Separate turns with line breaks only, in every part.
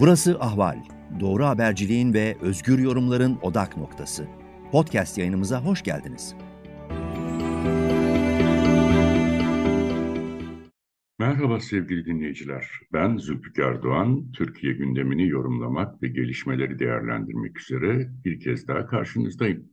Burası Ahval. Doğru haberciliğin ve özgür yorumların odak noktası. Podcast yayınımıza hoş geldiniz.
Merhaba sevgili dinleyiciler. Ben Zülfikar Doğan. Türkiye gündemini yorumlamak ve gelişmeleri değerlendirmek üzere bir kez daha karşınızdayım.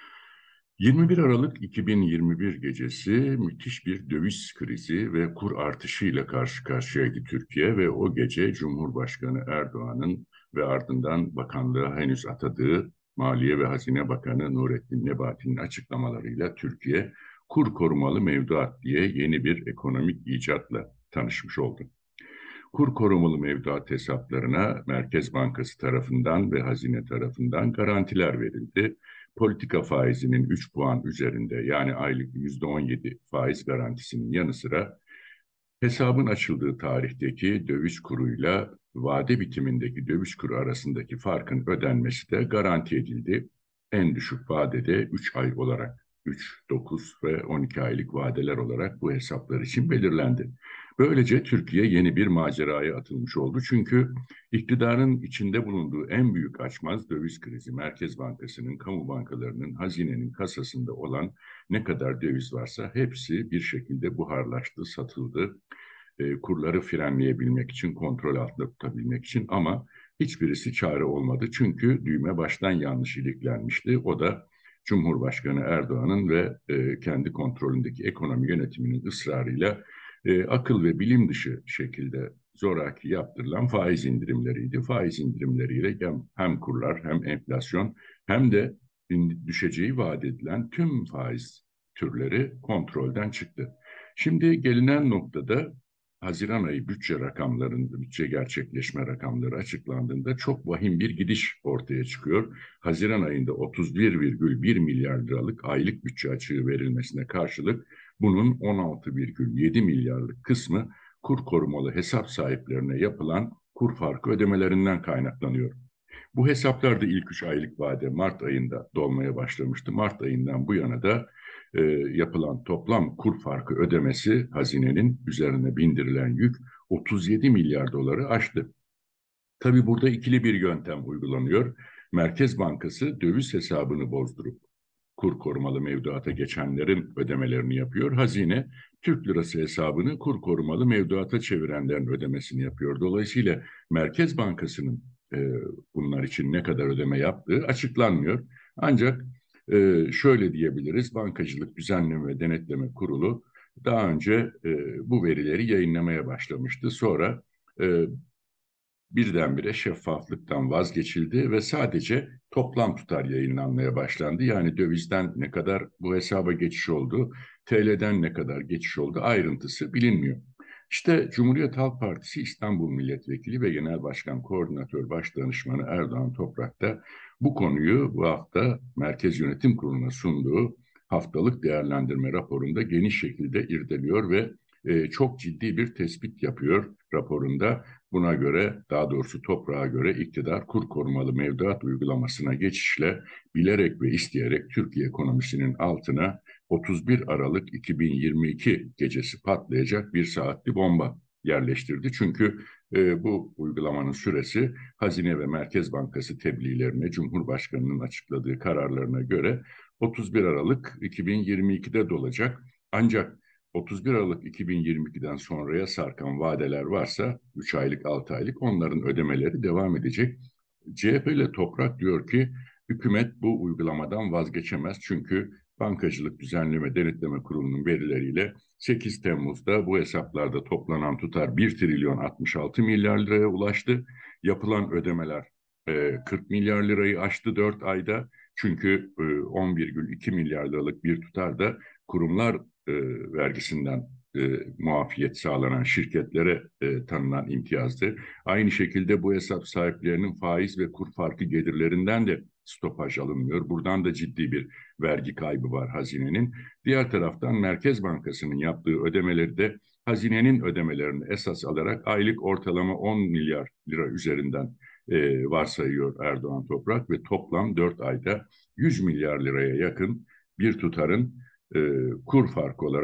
21 Aralık 2021 gecesi müthiş bir döviz krizi ve kur artışıyla karşı karşıyaydı Türkiye ve o gece Cumhurbaşkanı Erdoğan'ın ve ardından bakanlığa henüz atadığı Maliye ve Hazine Bakanı Nurettin Nebati'nin açıklamalarıyla Türkiye kur korumalı mevduat diye yeni bir ekonomik icatla tanışmış oldu. Kur korumalı mevduat hesaplarına Merkez Bankası tarafından ve Hazine tarafından garantiler verildi. Politika faizinin 3 puan üzerinde yani aylık %17 faiz garantisinin yanı sıra hesabın açıldığı tarihteki döviz kuruyla vade bitimindeki döviz kuru arasındaki farkın ödenmesi de garanti edildi. En düşük vadede 3 ay olarak 3, 9 ve 12 aylık vadeler olarak bu hesaplar için belirlendi. Böylece Türkiye yeni bir maceraya atılmış oldu. Çünkü iktidarın içinde bulunduğu en büyük açmaz döviz krizi, Merkez Bankası'nın, kamu bankalarının, hazinenin kasasında olan ne kadar döviz varsa hepsi bir şekilde buharlaştı, satıldı. Kurları frenleyebilmek için, kontrol altında tutabilmek için ama hiçbirisi çare olmadı. Çünkü düğme baştan yanlış iliklenmişti. O da Cumhurbaşkanı Erdoğan'ın ve kendi kontrolündeki ekonomi yönetiminin ısrarıyla akıl ve bilim dışı şekilde zoraki yaptırılan faiz indirimleriydi. Faiz indirimleriyle hem kurlar hem enflasyon hem de düşeceği vaat edilen tüm faiz türleri kontrolden çıktı. Şimdi gelinen noktada Haziran ayı bütçe gerçekleşme rakamları açıklandığında çok vahim bir gidiş ortaya çıkıyor. Haziran ayında 31,1 milyar liralık aylık bütçe açığı verilmesine karşılık bunun 16,7 milyarlık kısmı kur korumalı hesap sahiplerine yapılan kur farkı ödemelerinden kaynaklanıyor. Bu hesaplarda ilk 3 aylık vade Mart ayında dolmaya başlamıştı. Mart ayından bu yana da yapılan toplam kur farkı ödemesi hazinenin üzerine bindirilen yük 37 milyar doları aştı. Tabii burada ikili bir yöntem uygulanıyor. Merkez Bankası döviz hesabını bozdurup kur korumalı mevduata geçenlerin ödemelerini yapıyor. Hazine Türk lirası hesabını kur korumalı mevduata çevirenlerin ödemesini yapıyor. Dolayısıyla Merkez Bankası'nın bunlar için ne kadar ödeme yaptığı açıklanmıyor. Ancak şöyle diyebiliriz, Bankacılık Düzenleme ve Denetleme Kurulu daha önce bu verileri yayınlamaya başlamıştı. Sonra birdenbire şeffaflıktan vazgeçildi ve sadece toplam tutar yayınlanmaya başlandı. Yani dövizden ne kadar bu hesaba geçiş oldu, TL'den ne kadar geçiş oldu ayrıntısı bilinmiyor. İşte Cumhuriyet Halk Partisi İstanbul Milletvekili ve Genel Başkan Koordinatör Başdanışmanı Erdoğan Toprak da bu konuyu bu hafta Merkez Yönetim Kurulu'na sunduğu haftalık değerlendirme raporunda geniş şekilde irdeliyor ve çok ciddi bir tespit yapıyor raporunda. Buna göre, daha doğrusu toprağa göre iktidar kur korumalı mevduat uygulamasına geçişle bilerek ve isteyerek Türkiye ekonomisinin altına 31 Aralık 2022 gecesi patlayacak bir saatli bomba yerleştirdi. Çünkü bu uygulamanın süresi Hazine ve Merkez Bankası tebliğlerine, Cumhurbaşkanı'nın açıkladığı kararlarına göre 31 Aralık 2022'de dolacak. Ancak 31 Aralık 2022'den sonraya sarkan vadeler varsa 3 aylık 6 aylık onların ödemeleri devam edecek. CHP'li Toprak diyor ki hükümet bu uygulamadan vazgeçemez. Çünkü Bankacılık Düzenleme Denetleme Kurulu'nun verileriyle 8 Temmuz'da bu hesaplarda toplanan tutar 1 trilyon 66 milyar liraya ulaştı. Yapılan ödemeler 40 milyar lirayı aştı 4 ayda. Çünkü 11,2 milyar liralık bir tutar da kurumlar vergisinden muafiyet sağlanan şirketlere tanınan imtiyazdı. Aynı şekilde bu hesap sahiplerinin faiz ve kur farkı gelirlerinden de stopaj alınmıyor. Buradan da ciddi bir vergi kaybı var hazinenin. Diğer taraftan Merkez Bankası'nın yaptığı ödemeleri de hazinenin ödemelerini esas alarak aylık ortalama 10 milyar lira üzerinden varsayıyor Erdoğan Toprak ve toplam 4 ayda 100 milyar liraya yakın bir tutarın kur farkı olarak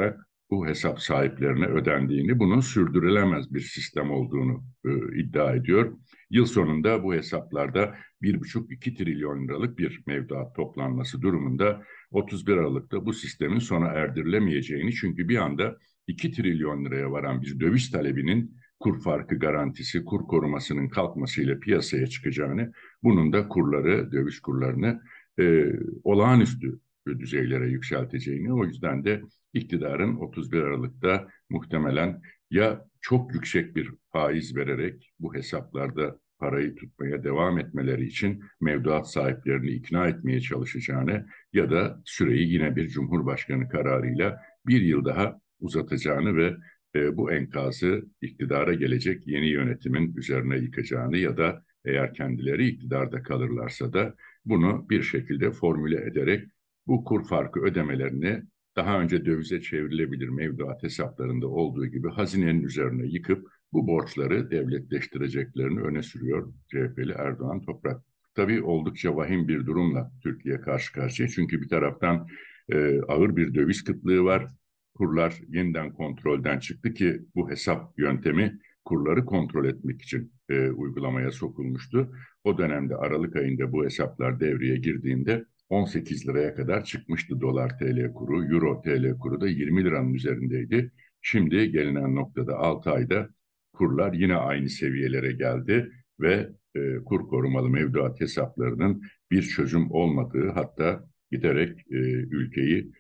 bu hesap sahiplerine ödendiğini, bunun sürdürülemez bir sistem olduğunu iddia ediyor. Yıl sonunda bu hesaplarda 1,5-2 trilyon liralık bir mevduat toplanması durumunda 31 Aralık'ta bu sistemin sona erdirilemeyeceğini, çünkü bir anda 2 trilyon liraya varan bir döviz talebinin kur farkı garantisi, kur korumasının kalkmasıyla piyasaya çıkacağını, bunun da kurları, döviz kurlarını olağanüstü düzeylere yükselteceğini, o yüzden de iktidarın 31 Aralık'ta muhtemelen ya çok yüksek bir faiz vererek bu hesaplarda parayı tutmaya devam etmeleri için mevduat sahiplerini ikna etmeye çalışacağını ya da süreyi yine bir Cumhurbaşkanı kararıyla bir yıl daha uzatacağını ve bu enkazı iktidara gelecek yeni yönetimin üzerine yıkacağını ya da eğer kendileri iktidarda kalırlarsa da bunu bir şekilde formüle ederek bu kur farkı ödemelerini daha önce dövize çevrilebilir mevduat hesaplarında olduğu gibi hazinenin üzerine yıkıp bu borçları devletleştireceklerini öne sürüyor CHP'li Erdoğan Toprak. Tabii oldukça vahim bir durumla Türkiye karşı karşıya. Çünkü bir taraftan ağır bir döviz kıtlığı var. Kurlar yeniden kontrolden çıktı ki bu hesap yöntemi kurları kontrol etmek için uygulamaya sokulmuştu. O dönemde Aralık ayında bu hesaplar devreye girdiğinde 18 liraya kadar çıkmıştı dolar TL kuru, euro TL kuru da 20 liranın üzerindeydi. Şimdi gelinen noktada 6 ayda kurlar yine aynı seviyelere geldi ve kur korumalı mevduat hesaplarının bir çözüm olmadığı, hatta giderek ülkeyi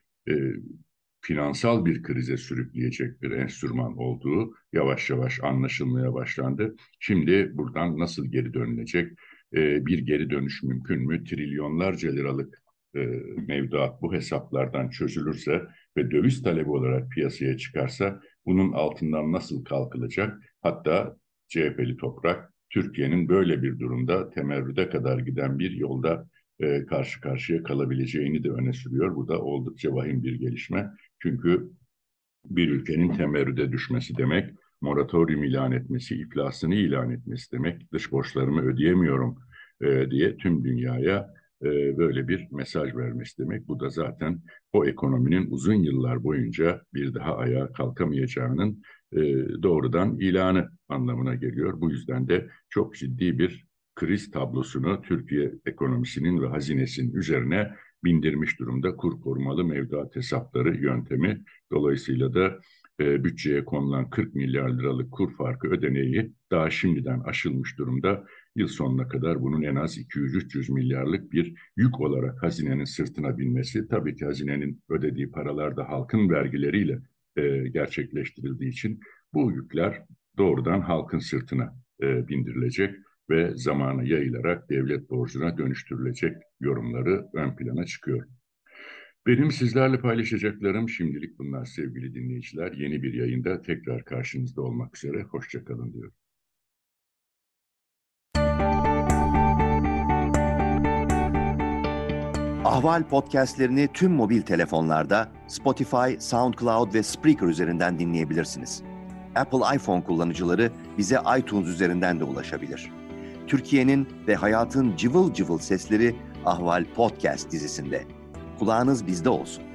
finansal bir krize sürükleyecek bir enstrüman olduğu yavaş yavaş anlaşılmaya başlandı. Şimdi buradan nasıl geri dönülecek? Bir geri dönüş mümkün mü? Trilyonlarca liralık mevduat bu hesaplardan çözülürse ve döviz talebi olarak piyasaya çıkarsa bunun altından nasıl kalkılacak? Hatta CHP'li Toprak, Türkiye'nin böyle bir durumda temerrüde kadar giden bir yolda karşı karşıya kalabileceğini de öne sürüyor. Bu da oldukça vahim bir gelişme. Çünkü bir ülkenin temerrüde düşmesi demek, moratorium ilan etmesi, iflasını ilan etmesi demek, dış borçlarımı ödeyemiyorum diye tüm dünyaya böyle bir mesaj vermesi demek. Bu da zaten o ekonominin uzun yıllar boyunca bir daha ayağa kalkamayacağının doğrudan ilanı anlamına geliyor. Bu yüzden de çok ciddi bir kriz tablosunu Türkiye ekonomisinin ve hazinesinin üzerine bindirmiş durumda kur korumalı mevduat hesapları yöntemi. Dolayısıyla da bütçeye konulan 40 milyar liralık kur farkı ödeneği daha şimdiden aşılmış durumda. Yıl sonuna kadar bunun en az 200-300 milyarlık bir yük olarak hazinenin sırtına binmesi, tabii ki hazinenin ödediği paralar da halkın vergileriyle gerçekleştirildiği için bu yükler doğrudan halkın sırtına bindirilecek ve zamana yayılarak devlet borcuna dönüştürülecek yorumları ön plana çıkıyor. Benim sizlerle paylaşacaklarım şimdilik bunlar sevgili dinleyiciler. Yeni bir yayında tekrar karşınızda olmak üzere. Hoşça kalın diyorum.
Ahval podcastlerini tüm mobil telefonlarda Spotify, SoundCloud ve Spreaker üzerinden dinleyebilirsiniz. Apple iPhone kullanıcıları bize iTunes üzerinden de ulaşabilir. Türkiye'nin ve hayatın cıvıl cıvıl sesleri Ahval Podcast dizisinde. Kulağınız bizde olsun.